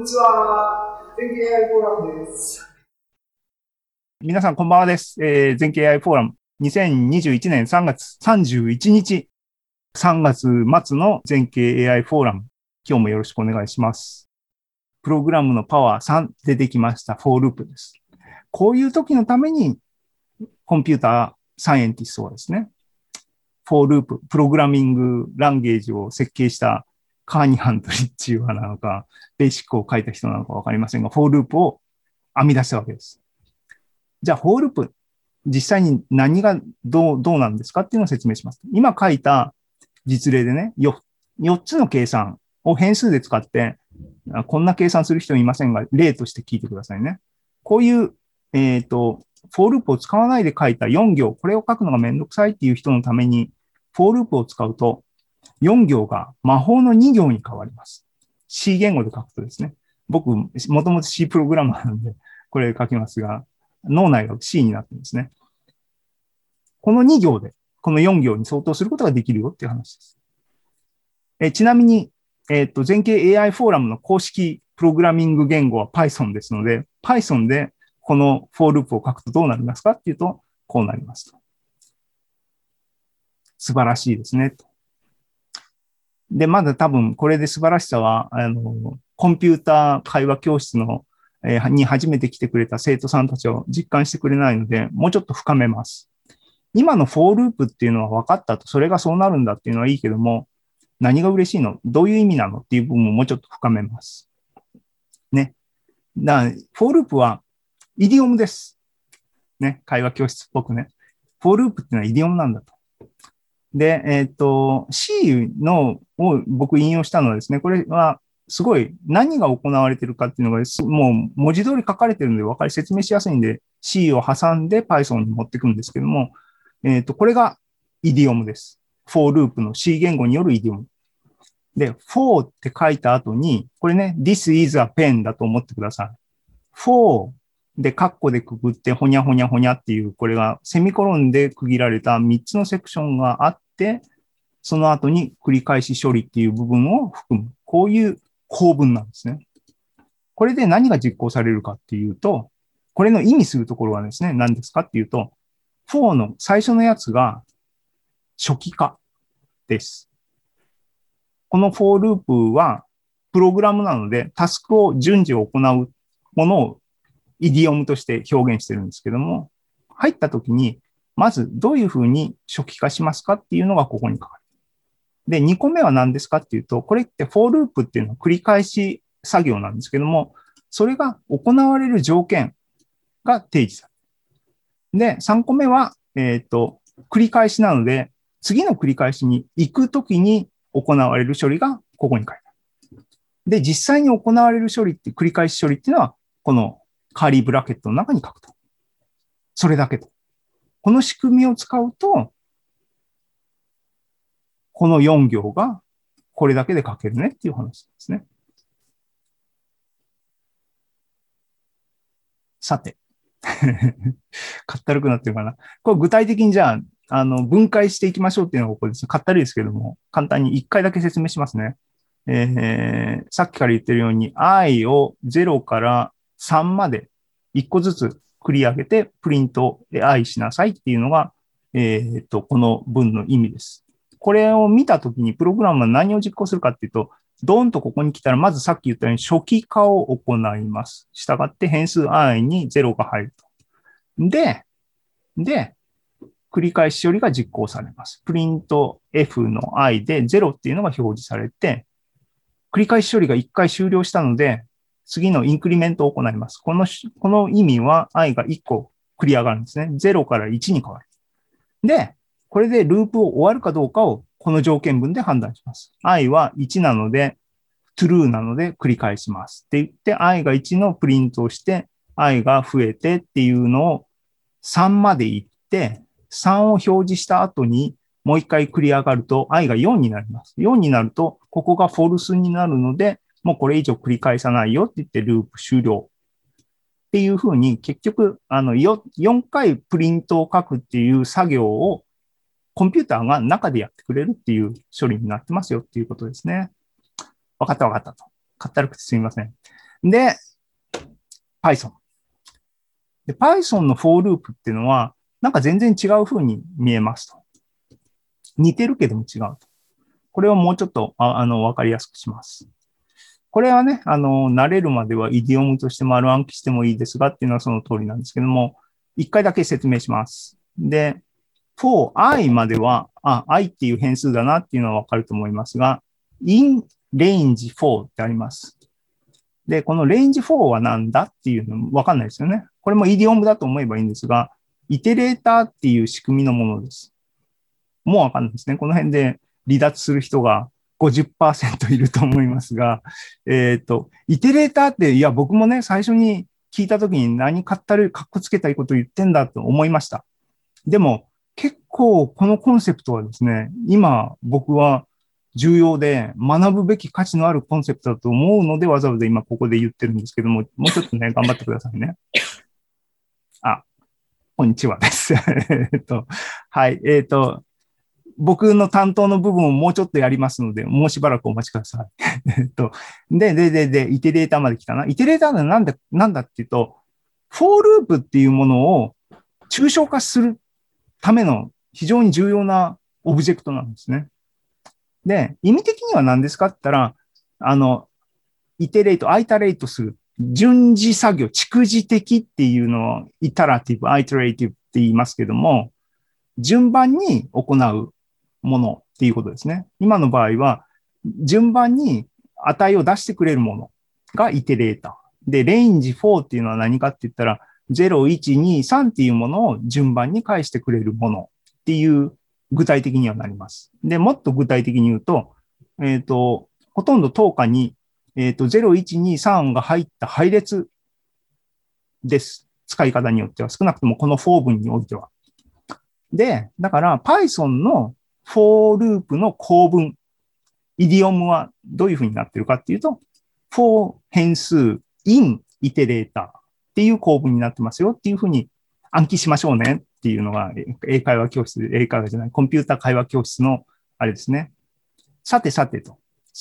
にちは。全経 AI フォーラムです。 皆さん、こんばんはです。全経 AI フォーラム、2021年3月31日、3月末の全経 AI フォーラム、今日もよろしくお願いします。プログラムのパワー3出てきました、フォーループです。こういう時のために、コンピューターサイエンティストはですね、フォーループ、プログラミングランゲージを設計したカーニハントリッチはなのか、ベーシックを書いた人なのかわかりませんが、フォーループを編み出したわけです。じゃあ、フォーループ、実際に何がどうなんですかっていうのを説明します。今書いた実例でね、4つの計算を変数で使って、こんな計算する人いませんが、例として聞いてくださいね。こういう、フォーループを使わないで書いた4行、これを書くのがめんどくさいっていう人のために、フォーループを使うと、4行が魔法の2行に変わります。C 言語で書くとですね。僕、もともと C プログラマーなんで、これ書きますが、脳内が C になってるんですね。この2行で、この4行に相当することができるよっていう話です。ちなみに、全景 AI フォーラムの公式プログラミング言語は Python ですので、Python でこのフォーループを書くとどうなりますかっていうと、こうなりますと。素晴らしいですね。で、まだ多分これで素晴らしさは、コンピューター会話教室の、に初めて来てくれた生徒さんたちを実感してくれないので、もうちょっと深めます。今のフォーループっていうのは分かったと、それがそうなるんだっていうのはいいけども、何が嬉しいの？どういう意味なのっていう部分をもうちょっと深めます。ね。フォーループはイディオムです。ね。会話教室っぽくね。フォーループっていうのはイディオムなんだと。で、C のを僕引用したのはですね、これはすごい何が行われているかっていうのがもう文字通り書かれてるんで説明しやすいんで C を挟んで Python に持っていくんですけども、これがイディオムです。for ループの C 言語によるイディオム。で、for って書いた後に、これね、this is a pen だと思ってください。for で、カッコでくぐって、ほにゃほにゃほにゃっていう、これがセミコロンで区切られた3つのセクションがあって、その後に繰り返し処理っていう部分を含む。こういう構文なんですね。これで何が実行されるかっていうと、これの意味するところはですね、何ですかっていうと、for の最初のやつが初期化です。この for ループはプログラムなので、タスクを順次行うものをイディオムとして表現してるんですけども、入った時に、まずどういうふうに初期化しますかっていうのがここに書かれる。で、2個目は何ですかっていうと、これって for ループっていうのは繰り返し作業なんですけども、それが行われる条件が提示される。で、3個目は、繰り返しなので、次の繰り返しに行くときに行われる処理がここに書いてある。で、実際に行われる処理って、繰り返し処理っていうのは、このカーリーブラケットの中に書くと。それだけと。この仕組みを使うと、この4行がこれだけで書けるねっていう話ですね。さて。かったるくなってるかな。これ具体的にじゃあ、分解していきましょうっていうのがここです。かったるいですけども、簡単に1回だけ説明しますね。さっきから言ってるように、i を0から3まで1個ずつ繰り上げて、プリント i しなさいっていうのが、この文の意味です。これを見たときに、プログラムは何を実行するかっていうと、ドーンとここに来たら、まずさっき言ったように初期化を行います。したがって変数 i に0が入ると。で、繰り返し処理が実行されます。プリント F の i で0っていうのが表示されて、繰り返し処理が1回終了したので、次のインクリメントを行います。この意味は i が1個繰り上がるんですね。0から1に変わる。で、これでループを終わるかどうかをこの条件文で判断します。i は1なので、true なので繰り返しますって言って、i が1のプリントをして、i が増えてっていうのを3まで行って、3を表示した後にもう一回繰り上がると i が4になります。4になると、ここがフォルスになるので、もうこれ以上繰り返さないよって言ってループ終了。っていうふうに、結局、4回プリントを書くっていう作業をコンピューターが中でやってくれるっていう処理になってますよっていうことですね。わかったと。かったるくてすみません。 で、Python。で、Python の for loop っていうのは、なんか全然違う風に見えますと。似てるけども違うと。これをもうちょっと、わかりやすくします。これはね、慣れるまではイディオムとして丸暗記してもいいですがっていうのはその通りなんですけども、一回だけ説明します。で、for i までは、i っていう変数だなっていうのはわかると思いますが、in range for ってあります。で、この range for は何だっていうのわかんないですよね。これもイディオムだと思えばいいんですが、イテレーターっていう仕組みのものです。もうわかんないですね。この辺で離脱する人が50% いると思いますが、イテレーターって、いや、僕もね、最初に聞いたときに何かったる、かっこつけたいこと言ってんだと思いました。でも、結構このコンセプトはですね、今僕は重要で学ぶべき価値のあるコンセプトだと思うので、わざわざ今ここで言ってるんですけども、もうちょっとね、頑張ってくださいね。こんにちはです。はい、僕の担当の部分をもうちょっとやりますので、もうしばらくお待ちください。で、イテレーターまで来たな。イテレーターはなんだっていうと、フォーループっていうものを抽象化するための非常に重要なオブジェクトなんですね。で、意味的には何ですかって言ったら、イテレート、アイタレートする。順次作業、蓄次的っていうのをイタラティブ、アイタレーティブって言いますけども、順番に行うものっていうことですね。今の場合は、順番に値を出してくれるものがイテレーター。で、レインジ4っていうのは何かって言ったら、0、1、2、3っていうものを順番に返してくれるものっていう具体的にはなります。で、もっと具体的に言うと、ほとんど10日に、0、1、2、3が入った配列です。使い方によっては。少なくともこの4文においては。で、だから Python の for loop の構文、イディオムはどういうふうになってるかっていうと、for 変数 in イテレーターっていう構文になってますよっていうふうに暗記しましょうねっていうのが英会話教室、英会話じゃない、コンピュータ会話教室のあれですね。さてと。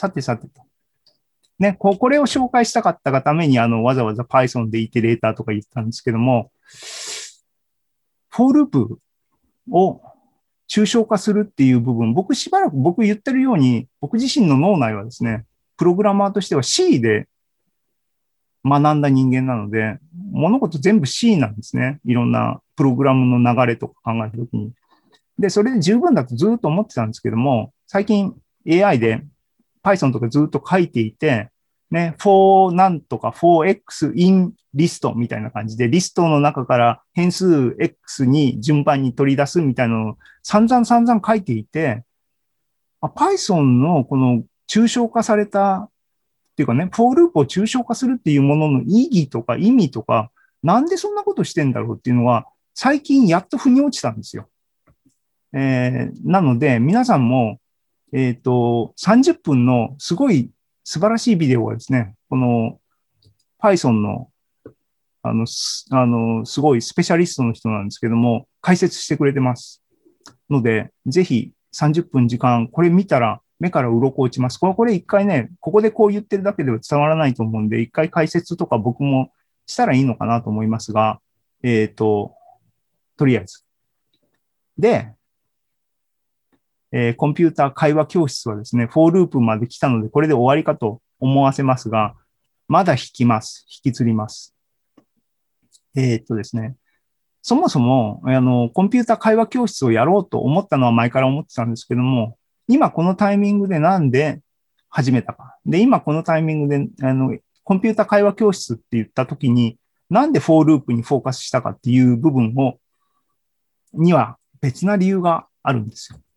ね、これを紹介したかったがために、わざわざ Python でイテレーターとか言ったんですけども、for loop を抽象化するっていう部分、僕言ってるように、僕自身の脳内はですね、プログラマーとしては C で学んだ人間なので、物事全部 C なんですね。いろんなプログラムの流れとか考えたときに。で、それで十分だとずっと思ってたんですけども、最近 AI で Python とかずっと書いていて、ね、for なんとか for x in list みたいな感じで、リストの中から変数 x に順番に取り出すみたいなのを散々書いていて、Python のこの抽象化されたっていうかね、for loop を抽象化するっていうものの意義とか意味とか、なんでそんなことしてんだろうっていうのは、最近やっと腑に落ちたんですよ。なので、皆さんも、30分のすごい素晴らしいビデオがですね、この Python のすごいスペシャリストの人なんですけども、解説してくれてます。ので、ぜひ30分時間、これ見たら目から鱗落ちます。これ一回ね、ここでこう言ってるだけでは伝わらないと思うんで、一回解説とか僕もしたらいいのかなと思いますが、とりあえず。で、コンピューター会話教室はですね、フォーループまで来たので、これで終わりかと思わせますが、まだ引き継ります。ですね、そもそも、コンピューター会話教室をやろうと思ったのは前から思ってたんですけども、今このタイミングでなんで始めたか。で、今このタイミングで、コンピューター会話教室って言った時に、なんでフォーループにフォーカスしたかっていう部分には別な理由があるんですよ。